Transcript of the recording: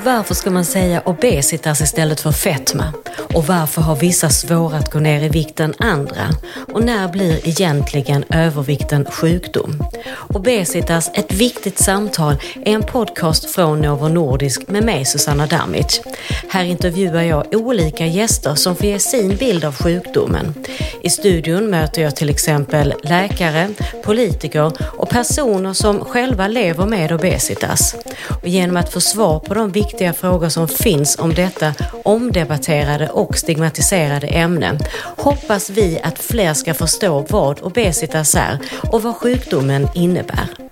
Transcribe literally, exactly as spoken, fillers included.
Varför ska man säga obesitas istället för fetma? Och varför har vissa svårare att gå ner i vikt än andra? Och när blir egentligen övervikten sjukdom? Obesitas, ett viktigt samtal, är en podcast från Novo Nordisk med mig, Susanna Damic. Här intervjuar jag olika gäster som får ge sin bild av sjukdomen. I studion möter jag till exempel läkare, politiker och personer som själva lever med obesitas. Och genom att få svar på de viktiga frågor som finns om detta omdebatterade och stigmatiserade ämne hoppas vi att fler ska förstå vad obesitas är och vad sjukdomen innebär.